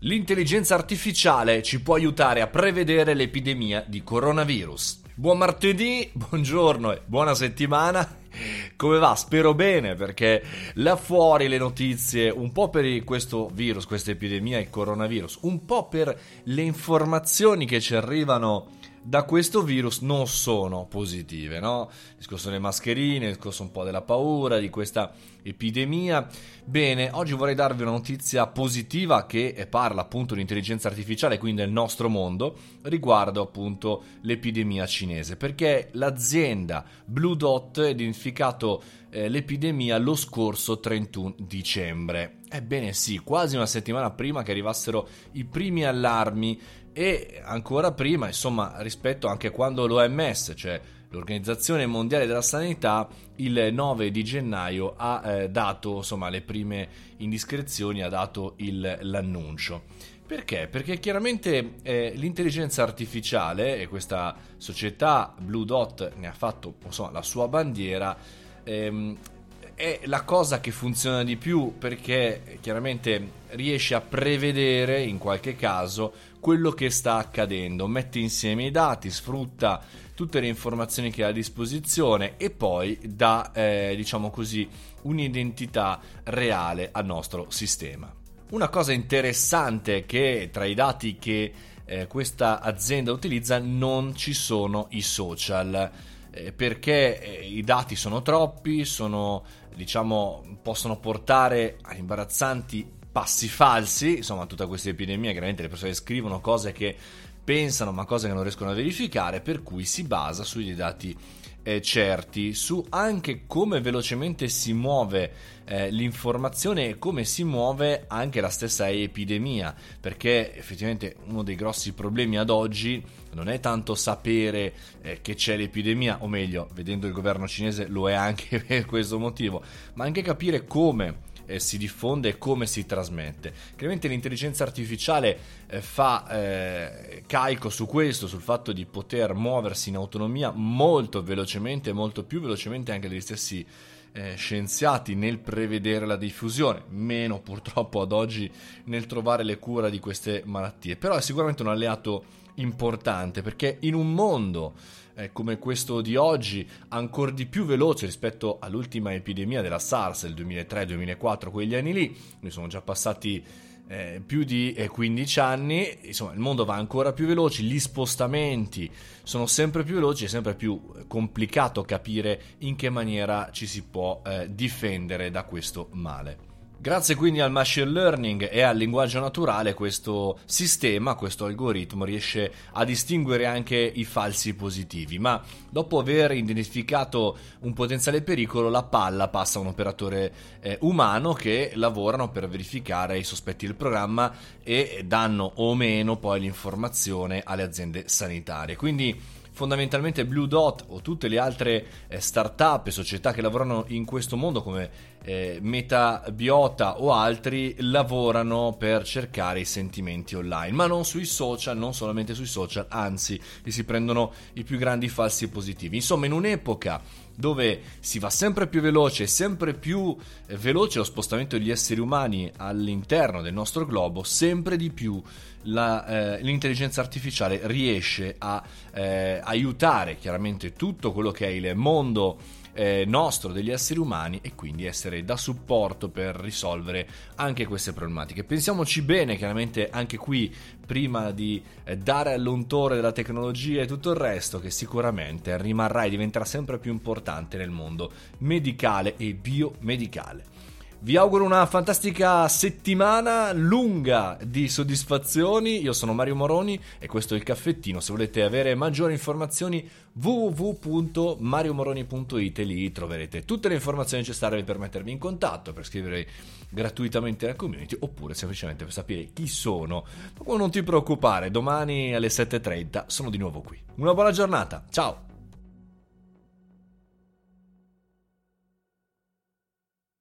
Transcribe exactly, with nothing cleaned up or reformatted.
L'intelligenza artificiale ci può aiutare a prevedere l'epidemia di coronavirus. Buon martedì, buongiorno e buona settimana. Come va? Spero bene, perché là fuori le notizie, un po' per questo virus, questa epidemia, il coronavirus, un po' per le informazioni che ci arrivano da questo virus, non sono positive, no? Il discorso delle mascherine, il discorso un po' della paura di questa epidemia. Bene, oggi vorrei darvi una notizia positiva che parla appunto di intelligenza artificiale, quindi del nostro mondo, riguardo appunto l'epidemia cinese, perché l'azienda Blue Dot ha identificato eh, l'epidemia lo scorso trentuno dicembre. Ebbene sì, quasi una settimana prima che arrivassero i primi allarmi e ancora prima, insomma, rispetto anche a quando l'O M S, cioè l'Organizzazione Mondiale della Sanità, il nove di gennaio ha eh, dato, insomma, le prime indiscrezioni, ha dato il, l'annuncio. Perché? Perché chiaramente eh, l'intelligenza artificiale, e questa società Blue Dot ne ha fatto, insomma, la sua bandiera, ehm, è la cosa che funziona di più, perché chiaramente riesce a prevedere in qualche caso quello che sta accadendo, mette insieme i dati, sfrutta tutte le informazioni che ha a disposizione e poi dà, eh, diciamo così, un'identità reale al nostro sistema. Una cosa interessante è che tra i dati che eh, questa azienda utilizza non ci sono i social, eh, perché eh, i dati sono troppi, sono, diciamo, possono portare a imbarazzanti passi falsi. Insomma, tutta questa epidemia, chiaramente le persone scrivono cose che pensano ma cose che non riescono a verificare, per cui si basa sui dati eh, certi, su anche come velocemente si muove eh, l'informazione e come si muove anche la stessa epidemia, perché effettivamente uno dei grossi problemi ad oggi non è tanto sapere eh, che c'è l'epidemia, o meglio, vedendo il governo cinese lo è anche per questo motivo, ma anche capire come Eh, si diffonde e come si trasmette. Chiaramente l'intelligenza artificiale eh, fa eh, carico su questo, sul fatto di poter muoversi in autonomia molto velocemente, molto più velocemente anche degli stessi eh, scienziati nel prevedere la diffusione, meno purtroppo ad oggi nel trovare le cure di queste malattie. Però è sicuramente un alleato importante, perché in un mondo Eh, come questo di oggi, ancora di più veloce rispetto all'ultima epidemia della SARS del duemilatré duemilaquattro, quegli anni lì, ne sono già passati eh, più di eh, quindici anni, insomma il mondo va ancora più veloce, gli spostamenti sono sempre più veloci, è sempre più complicato capire in che maniera ci si può eh, difendere da questo male. Grazie quindi al machine learning e al linguaggio naturale, questo sistema, questo algoritmo riesce a distinguere anche i falsi positivi, ma dopo aver identificato un potenziale pericolo, la palla passa a un operatore eh, umano che lavorano per verificare i sospetti del programma e danno o meno poi l'informazione alle aziende sanitarie. Quindi fondamentalmente Blue Dot o tutte le altre eh, start-up e società che lavorano in questo mondo come eh, Metabiota o altri lavorano per cercare i sentimenti online, ma non sui social, non solamente sui social, anzi li si prendono i più grandi falsi positivi. Insomma, in un'epoca dove si va sempre più veloce, sempre più eh, veloce lo spostamento degli esseri umani all'interno del nostro globo, sempre di più la, eh, l'intelligenza artificiale riesce a eh, aiutare chiaramente tutto quello che è il mondo eh, nostro degli esseri umani e quindi essere da supporto per risolvere anche queste problematiche. Pensiamoci bene, chiaramente anche qui, prima di eh, dare all'untore della tecnologia e tutto il resto, che sicuramente rimarrà e diventerà sempre più importante nel mondo medicale e biomedicale. Vi auguro una fantastica settimana lunga di soddisfazioni. Io sono Mario Moroni e questo è il caffettino. Se volete avere maggiori informazioni, w w w punto mario moroni punto it, lì troverete tutte le informazioni necessarie per mettervi in contatto, per scrivere gratuitamente alla community, oppure semplicemente per sapere chi sono. Ma non ti preoccupare, domani alle sette e trenta sono di nuovo qui. Una buona giornata, ciao!